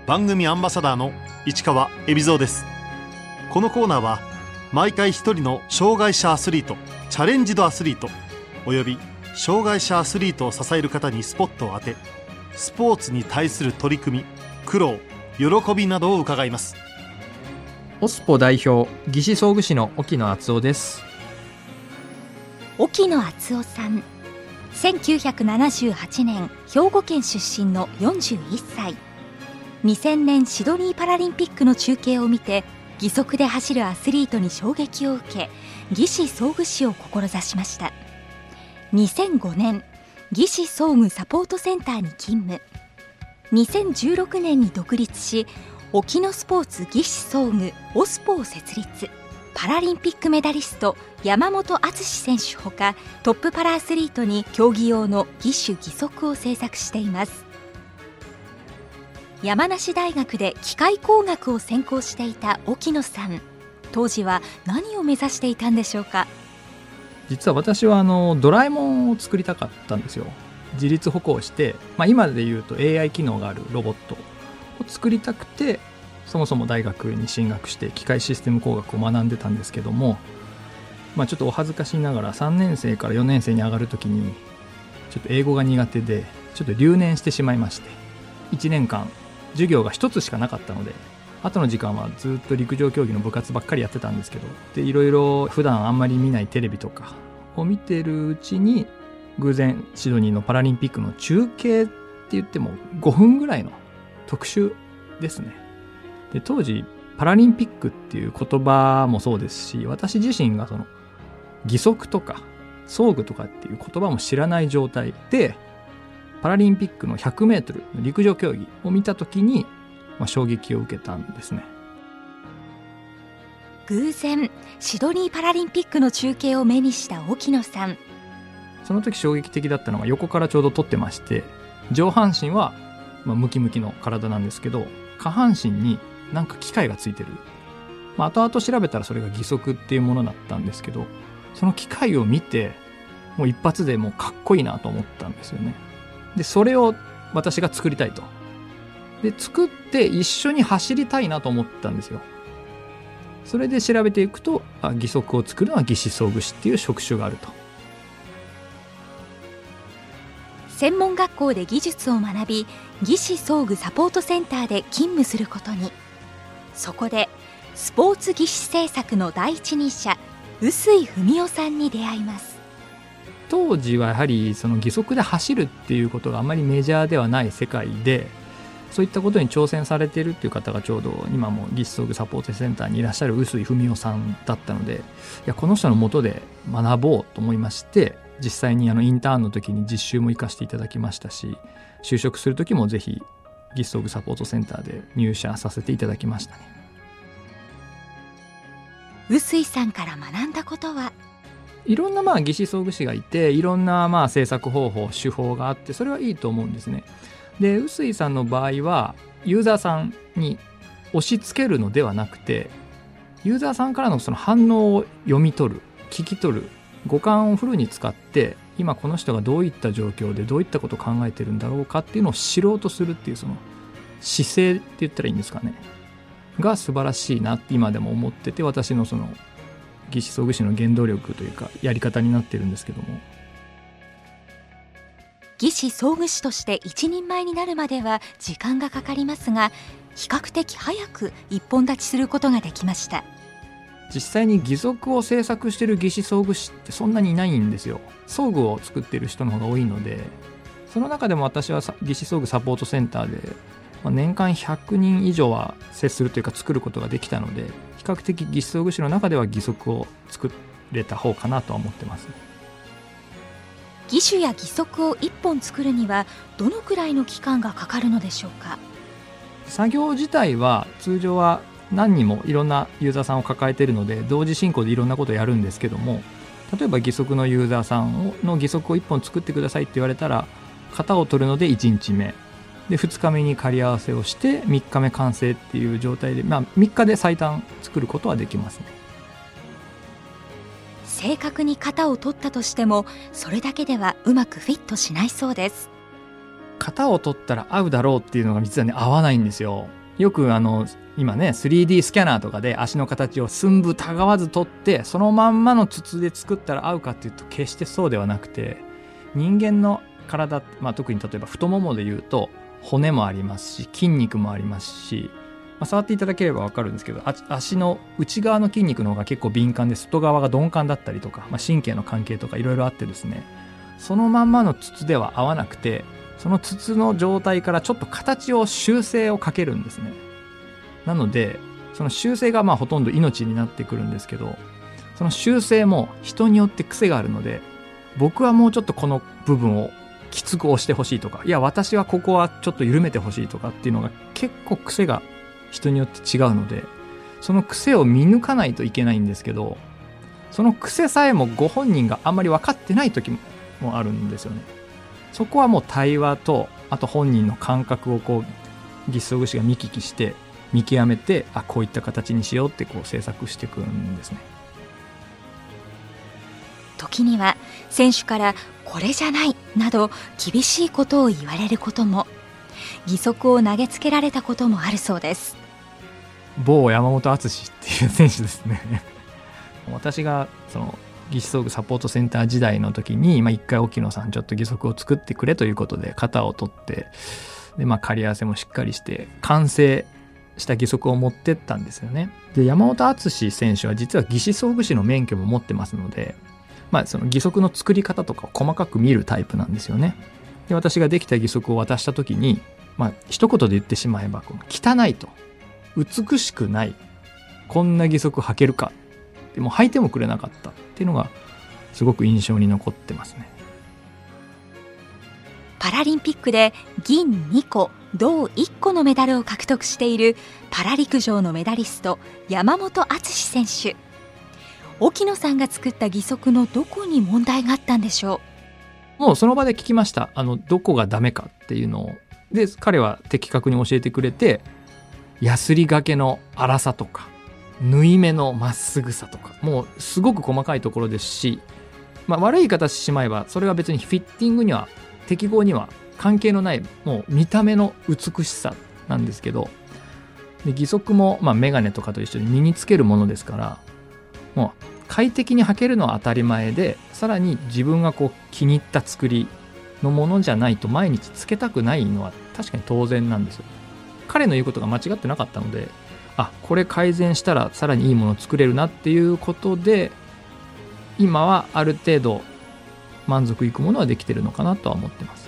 番組アンバサダーの市川恵比蔵です。このコーナーは毎回一人の障害者アスリート、チャレンジドアスリートおよび障害者アスリートを支える方にスポットを当て、スポーツに対する取り組み、苦労、喜びなどを伺います。 オスポ代表義肢装具士の沖野敦夫です。 沖野敦夫さん、1978年兵庫県出身の41歳。2000年シドニーパラリンピックの中継を見て、義足で走るアスリートに衝撃を受け、義肢装具士を志しました。2005年義肢装具サポートセンターに勤務。2016年に独立し、沖野スポーツ義肢装具オスポを設立。パラリンピックメダリスト山本篤選手ほか、トップパラアスリートに競技用の義手義足を製作しています。山梨大学で機械工学を専攻していた沖野さん、当時は何を目指していたんでしょうか。 実は私はドラえもんを作りたかったんですよ。自立歩行して、今で言うと AI 機能があるロボットを作りたくて、そもそも大学に進学して機械システム工学を学んでたんですけども、ちょっとお恥ずかしながら3年生から4年生に上がるときにちょっと英語が苦手でちょっと留年してしまいまして、1年間授業が1つしかなかったので、後の時間はずっと陸上競技の部活ばっかりやってたんですけど、でいろいろ普段あんまり見ないテレビとかを見てるうちに、偶然シドニーのパラリンピックの中継って言っても5分ぐらいの特集ですね。で当時パラリンピックっていう言葉もそうですし、私自身がその義足とか装具とかっていう言葉も知らない状態で、パラリンピックの100メートルの陸上競技を見たときに、衝撃を受けたんですね。 偶然シドニーパラリンピックの中継を目にした沖野さん、 その時衝撃的だったのが、横からちょうど撮ってまして、上半身はムキムキの体なんですけど、下半身になんか機械がついてる。後々調べたらそれが義足っていうものだったんですけど、その機械を見てもう一発でもうかっこいいなと思ったんですよね。でそれを私が作りたいと。で作って一緒に走りたいなと思ったんですよ。それで調べていくと、義足を作るのは義肢装具士っていう職種があると。 専門学校で技術を学び、義肢装具サポートセンターで勤務することに。そこでスポーツ義肢製作の第一人者、臼井文夫さんに出会います。 当時はやはりその義足で走るっていうことがあまりメジャーではない世界で、そういったことに挑戦されているっていう方がちょうど今も義肢装具サポートセンターにいらっしゃる臼井文夫さんだったので、この人の下で学ぼうと思いまして、実際にインターンの時に実習も行かせていただきましたし、就職する時もぜひ義肢装具サポートセンターで入社させていただきましたね。 臼井さんから学んだことは、 いろんな義肢装具士がいて、いろんな製作方法、手法があって、それはいいと思うんですね。で臼井さんの場合はユーザーさんに押し付けるのではなくて、ユーザーさんからのその反応を読み取る、聞き取る、五感をフルに使って、今この人がどういった状況でどういったことを考えてるんだろうかっていうのを知ろうとするっていう、その姿勢って言ったらいいんですかね、が素晴らしいなって今でも思ってて、私のその義肢装具士の原動力というかやり方になってるんですけども。 義肢装具士として一人前になるまでは時間がかかりますが、比較的早く一本立ちすることができました。 実際に義足を製作している義肢装具士ってそんなにいないんですよ。装具を作っている人の方が多いので、その中でも私は義肢装具サポートセンターで、年間100人以上は接するというか作ることができたので、比較的義肢装具士の中では義足を作れた方かなとは思ってます。 義手や義足を1本作るにはどのくらいの期間がかかるのでしょうか。 作業自体は通常は何人もいろんなユーザーさんを抱えているので、同時進行でいろんなことをやるんですけども、例えば義足のユーザーさんの義足を1本作ってくださいって言われたら、型を取るので1日目で、2日目に仮合わせをして3日目完成っていう状態で、3日で最短作ることはできますね。 正確に型を取ったとしても、それだけではうまくフィットしないそうです。 型を取ったら合うだろうっていうのが実はね、合わないんですよ。 よく今ね 3D スキャナーとかで足の形を寸分たがわず取ってそのまんまの筒で作ったら合うかっていうと決してそうではなくて、人間の体、特に例えば太ももでいうと骨もありますし筋肉もありますし、触っていただければ分かるんですけど、足の内側の筋肉の方が結構敏感で外側が鈍感だったりとか、神経の関係とかいろいろあってですね、そのまんまの筒では合わなくて、その筒の状態からちょっと形を修正をかけるんですね。なのでその修正がほとんど命になってくるんですけど、その修正も人によって癖があるので、僕はもうちょっとこの部分をきつく押してほしいとか、いや私はここはちょっと緩めてほしいとかっていうのが結構癖が人によって違うので、その癖を見抜かないといけないんですけど、その癖さえもご本人があんまり分かってない時もあるんですよね。そこはもう対話と、あと本人の感覚を義肢装具士が見聞きして見極めて、こういった形にしようって制作していくんですね。 時には選手からこれじゃないなど厳しいことを言われることも、義足を投げつけられたこともあるそうです。 某山本篤っていう選手ですね私がその義肢装具サポートセンター時代の時に、一回沖野さんちょっと義足を作ってくれということで肩を取って、で仮合わせもしっかりして完成した義足を持ってったんですよね。で山本篤選手は実は義肢装具士の免許も持ってますので、その義足の作り方とかを細かく見るタイプなんですよね。で私ができた義足を渡した時に、一言で言ってしまえば汚いと、美しくない、こんな義足履けるか、でも履いてもくれなかったっていうのがすごく印象に残ってますね。 パラリンピックで銀2個銅1個のメダルを獲得しているパラ陸上のメダリスト山本篤選手。沖野さんが作った義足のどこに問題があったんでしょう。もうその場で聞きました。どこがダメかっていうのを。で彼は的確に教えてくれて、ヤスリ掛けの粗さとか縫い目のまっすぐさとか、もうすごく細かいところですし、悪い言い方してしまえばそれは別にフィッティングには適合には関係のない、もう見た目の美しさなんですけど、で義足もメガネとかと一緒に身につけるものですから、もう快適に履けるのは当たり前で、さらに自分が気に入った作りのものじゃないと毎日つけたくないのは確かに当然なんですよ。彼の言うことが間違ってなかったので、これ改善したらさらにいいものを作れるなっていうことで、今はある程度満足いくものはできてるのかなとは思ってます。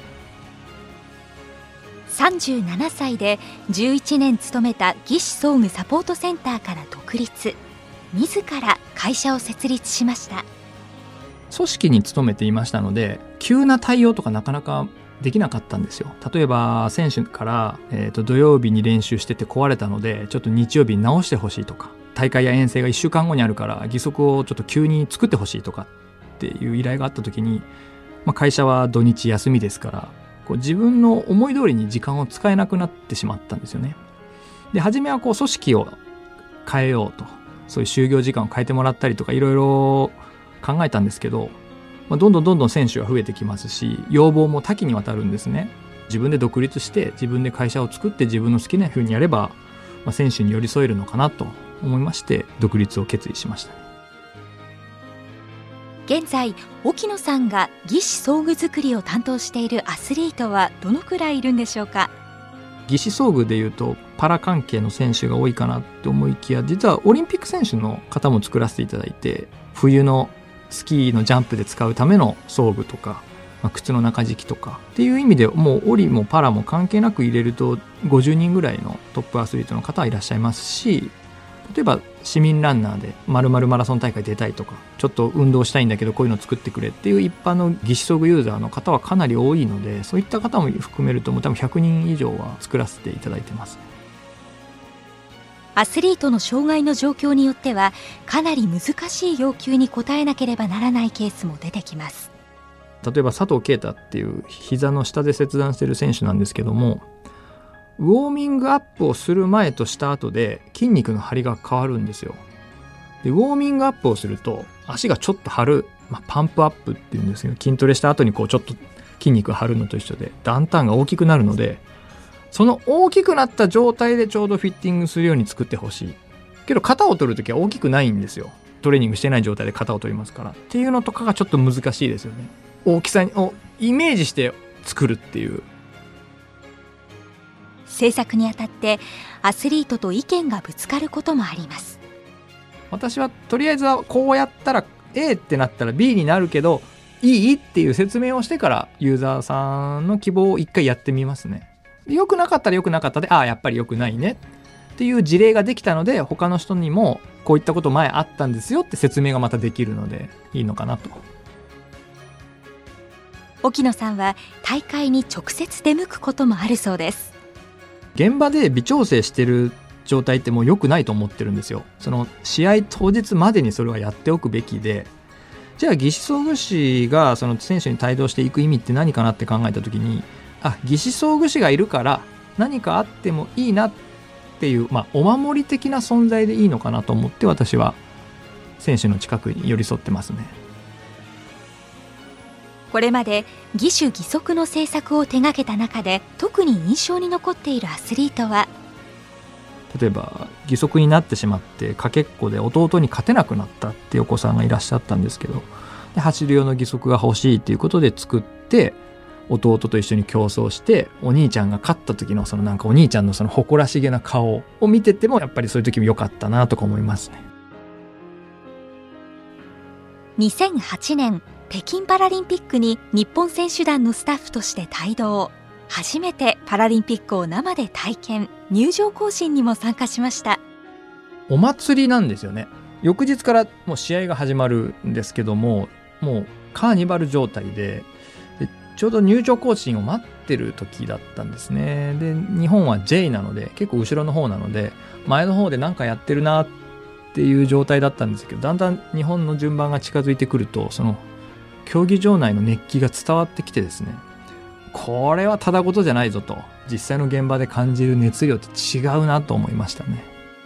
37歳で11年勤めた義肢装具サポートセンターから独立、自ら会社を設立しました。 組織に勤めていましたので、急な対応とかなかなかできなかったんですよ。例えば選手から、土曜日に練習してて壊れたのでちょっと日曜日に直してほしいとか、大会や遠征が1週間後にあるから義足をちょっと急に作ってほしいとかっていう依頼があった時に、会社は土日休みですから、自分の思い通りに時間を使えなくなってしまったんですよね。で初めは組織を変えようと、そういう就業時間を変えてもらったりとかいろいろ考えたんですけど、どんどん選手が増えてきますし、要望も多岐にわたるんですね。自分で独立して自分で会社を作って自分の好きな風にやれば、選手に寄り添えるのかなと思いまして独立を決意しました。 現在沖野さんが義肢装具作りを担当しているアスリートはどのくらいいるんでしょうか。 義肢装具でいうとパラ関係の選手が多いかなって思いきや、実はオリンピック選手の方も作らせていただいて、冬のスキーのジャンプで使うための装具とか、靴の中敷きとかっていう意味でもうオリもパラも関係なく入れると50人ぐらいのトップアスリートの方はいらっしゃいますし、例えば市民ランナーで〇〇マラソン大会出たいとか、ちょっと運動したいんだけどこういうの作ってくれっていう一般の義肢装具ユーザーの方はかなり多いので、そういった方も含めるともう多分100人以上は作らせていただいてます。 アスリートの障害の状況によってはかなり難しい要求に応えなければならないケースも出てきます。 例えば佐藤圭太っていう膝の下で切断している選手なんですけども、ウォーミングアップをする前とした後で筋肉の張りが変わるんですよ。でウォーミングアップをすると足がちょっと張る、パンプアップっていうんですけど、筋トレした後にちょっと筋肉が張るのと一緒で段々が大きくなるので、 その大きくなった状態でちょうどフィッティングするように作ってほしいけど、型を取るときは大きくないんですよ。トレーニングしてない状態で型を取りますからっていうのとかがちょっと難しいですよね。大きさをイメージして作るっていう。 制作にあたってアスリートと意見がぶつかることもあります。 私はとりあえずはこうやったら A ってなったら B になるけどいいっていう説明をしてからユーザーさんの希望を一回やってみますね。良くなかったら良くなかったで、やっぱり良くないねっていう事例ができたので、他の人にもこういったこと前あったんですよって説明がまたできるのでいいのかなと。 沖野さんは大会に直接出向くこともあるそうです。 現場で微調整してる状態ってもう良くないと思ってるんですよ。その試合当日までにそれはやっておくべきで、じゃあ義肢装具士がその選手に帯同していく意味って何かなって考えた時に、義肢装具士がいるから何かあってもいいなっていう、お守り的な存在でいいのかなと思って、私は選手の近くに寄り添ってますね。 これまで義手義足の制作を手掛けた中で特に印象に残っているアスリートは、 例えば義足になってしまってかけっこで弟に勝てなくなったっていうお子さんがいらっしゃったんですけど、で走る用の義足が欲しいっていうことで作って、弟と一緒に競争してお兄ちゃんが勝った時のそのなんかお兄ちゃんのその誇らしげな顔を見てても、やっぱりそういう時も良かったなとか思いますね。 2008年北京パラリンピックに日本選手団のスタッフとして帯同。初めてパラリンピックを生で体験、入場行進にも参加しました。 お祭りなんですよね。翌日からもう試合が始まるんですけども、もうカーニバル状態で、ちょうど入場行進を待ってる時だったんですね。で、日本は J なので結構後ろの方なので、前の方で何かやってるなっていう状態だったんですけど、だんだん日本の順番が近づいてくると、その競技場内の熱気が伝わってきてですね、これはただ事じゃないぞと、実際の現場で感じる熱量って違うなと思いましたね。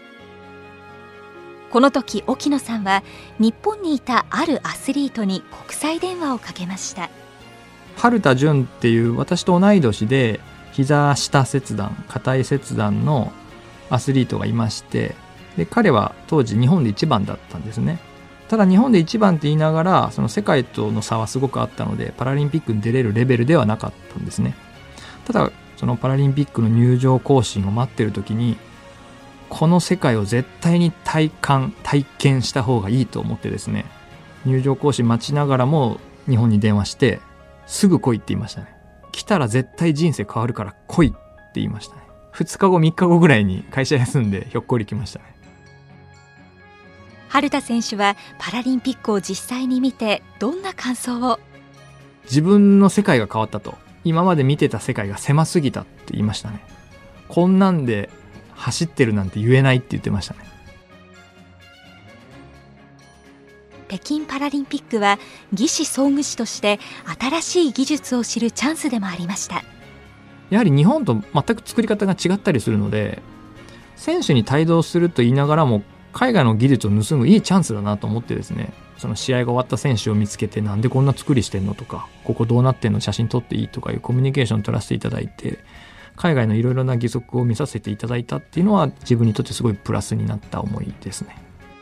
この時沖野さんは日本にいたあるアスリートに国際電話をかけました。 春田純っていう私と同い年で膝下切断、下体切断のアスリートがいまして、で彼は当時日本で一番だったんですね。ただ日本で一番って言いながら、その世界との差はすごくあったので、パラリンピックに出れるレベルではなかったんですね。ただそのパラリンピックの入場行進を待ってる時に、この世界を絶対に体験した方がいいと思ってですね、入場行進待ちながらも日本に電話して、すぐ来いって言いましたね。来たら絶対人生変わるから来いって言いましたね。2日後3日後ぐらいに会社休んでひょっこり来ましたね。 春田選手はパラリンピックを実際に見てどんな感想を？ 自分の世界が変わったと。今まで見てた世界が狭すぎたって言いましたね。こんなんで走ってるなんて言えないって言ってましたね。 北京パラリンピックは義肢装具士として新しい技術を知るチャンスでもありました。 やはり日本と全く作り方が違ったりするので、選手に帯同すると言いながらも海外の技術を盗むいいチャンスだなと思ってですね、その試合が終わった選手を見つけて、なんでこんな作りしてんのとか、ここどうなってんの、写真撮っていいとかいうコミュニケーションを取らせていただいて、海外のいろいろな義足を見させていただいたっていうのは自分にとってすごいプラスになった思いですね。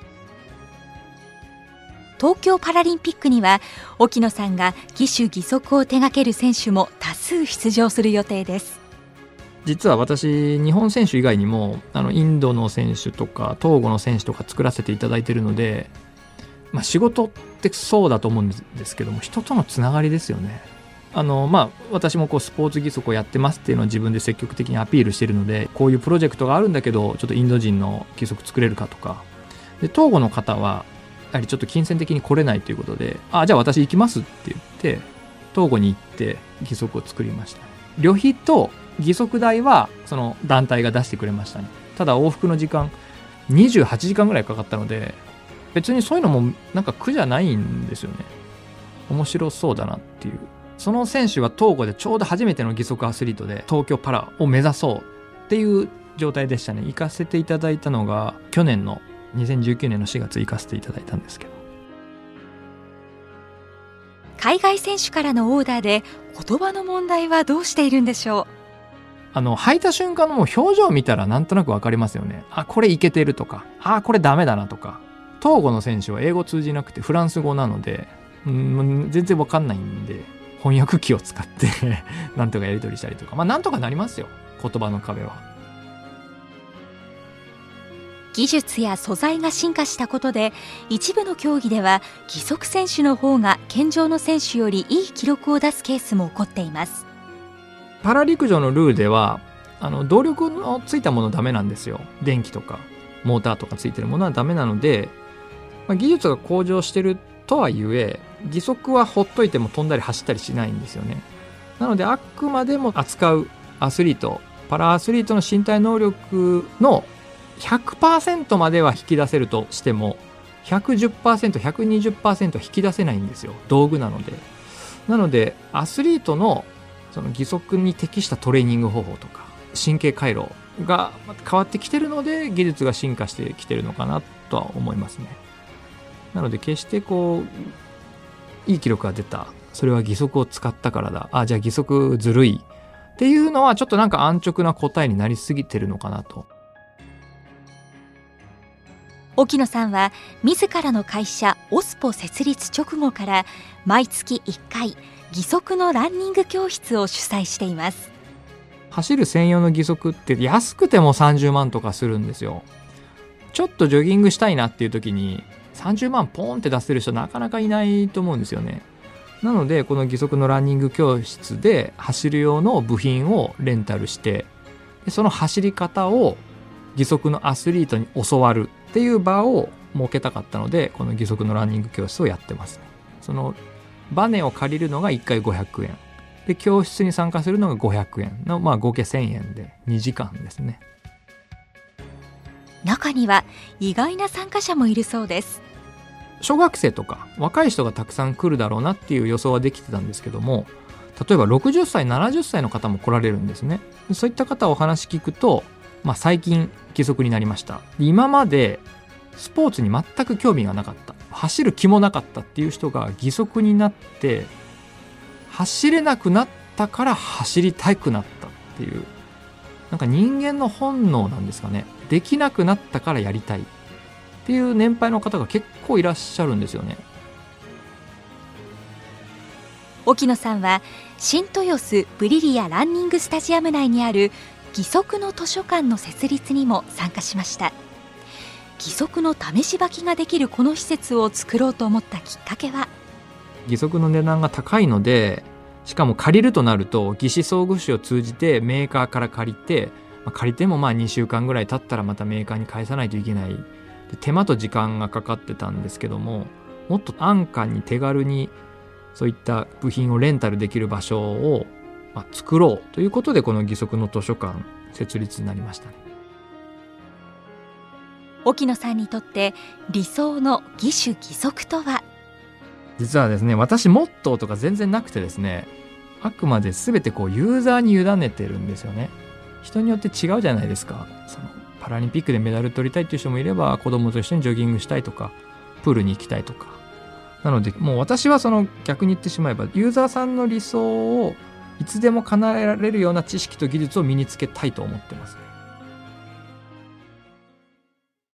東京パラリンピックには沖野さんが義手義足を手掛ける選手も多数出場する予定です。 実は私、日本選手以外にもインドの選手とかトーゴの選手とか作らせていただいているので、仕事ってそうだと思うんですけども、人とのつながりですよね。私もスポーツ義足をやってますっていうのを自分で積極的にアピールしているので、こういうプロジェクトがあるんだけどちょっとインド人の義足作れるかとかで、トーゴの方はやはりちょっと金銭的に来れないということで、じゃあ私行きますって言ってトーゴに行って義足を作りました。旅費と義足代はその団体が出してくれましたね。ただ往復の時間28時間ぐらいかかったので、別にそういうのもなんか苦じゃないんですよね。面白そうだなっていう。その選手はトーゴでちょうど初めての義足アスリートで、東京パラを目指そうっていう状態でしたね。行かせていただいたのが去年の2019年の4月行かせていただいたんですけど、 海外選手からのオーダーで言葉の問題はどうしているんでしょう？ 履いた瞬間のもう表情を見たらなんとなく分かりますよね。あ、これいけてるとか、あ、これダメだなとか。トーゴの選手は英語通じなくてフランス語なので、全然分かんないんで、翻訳機を使ってなんとかやり取りしたりとか、なんとかなりますよ、言葉の壁は。 技術や素材が進化したことで、一部の競技では義足選手の方が健常の選手よりいい記録を出すケースも起こっています。 パラ陸上のルールでは動力のついたものダメなんですよ。電気とかモーターとかついてるものはダメなので、技術が向上してるとはいえ義足はほっといても飛んだり走ったりしないんですよね。なのであくまでも扱うアスリート、パラアスリートの身体能力の 100% までは引き出せるとしても 110%、120% 引き出せないんですよ、道具なので。なのでアスリートのその義足に適したトレーニング方法とか神経回路が変わってきてるので技術が進化してきてるのかなとは思いますね。なので決していい記録が出た、それは義足を使ったからだ、あ、じゃあ義足ずるいっていうのはちょっとなんか安直な答えになりすぎてるのかなと。 沖野さんは自らの会社オスポ設立直後から毎月1回義足のランニング教室を主催しています。 走る専用の義足って安くても30万とかするんですよ。ちょっとジョギングしたいなっていう時に30万ポンって出せる人なかなかいないと思うんですよね。なのでこの義足のランニング教室で走る用の部品をレンタルして、でその走り方を義足のアスリートに教わるっていう場を設けたかったので、この義足のランニング教室をやってますね。そのバネを借りるのが1回500円で、教室に参加するのが500円の、合計1000円で2時間ですね。 中には意外な参加者もいるそうです。 小学生とか若い人がたくさん来るだろうなっていう予想はできてたんですけども、例えば60歳70歳の方も来られるんですね。そういった方お話聞くと、最近義足になりました、今までスポーツに全く興味がなかった、走る気もなかったっていう人が義足になって走れなくなったから走りたくなったっていう、なんか人間の本能なんですかね。できなくなったからやりたいっていう年配の方が結構いらっしゃるんですよね。 沖野さんは新豊洲ブリリアランニングスタジアム内にある義足の図書館の設立にも参加しました。義足の試し履きができるこの施設を作ろうと思ったきっかけは、 義足の値段が高いので、しかも借りるとなると義肢装具士を通じてメーカーから借りて、借りても2週間ぐらい経ったらまたメーカーに返さないといけないで、手間と時間がかかってたんですけども、もっと安価に手軽にそういった部品をレンタルできる場所を作ろうということで、この義足の図書館設立になりましたね。 沖野さんにとって理想の義手義足とは？ 実はですね、私モットーとか全然なくてですね、あくまで全てユーザーに委ねてるんですよね。人によって違うじゃないですか。そのパラリンピックでメダル取りたいっていう人もいれば、子供と一緒にジョギングしたいとかプールに行きたいとか。なのでもう私は逆に言ってしまえば、ユーザーさんの理想をいつでも叶えられるような知識と技術を身につけたいと思ってます。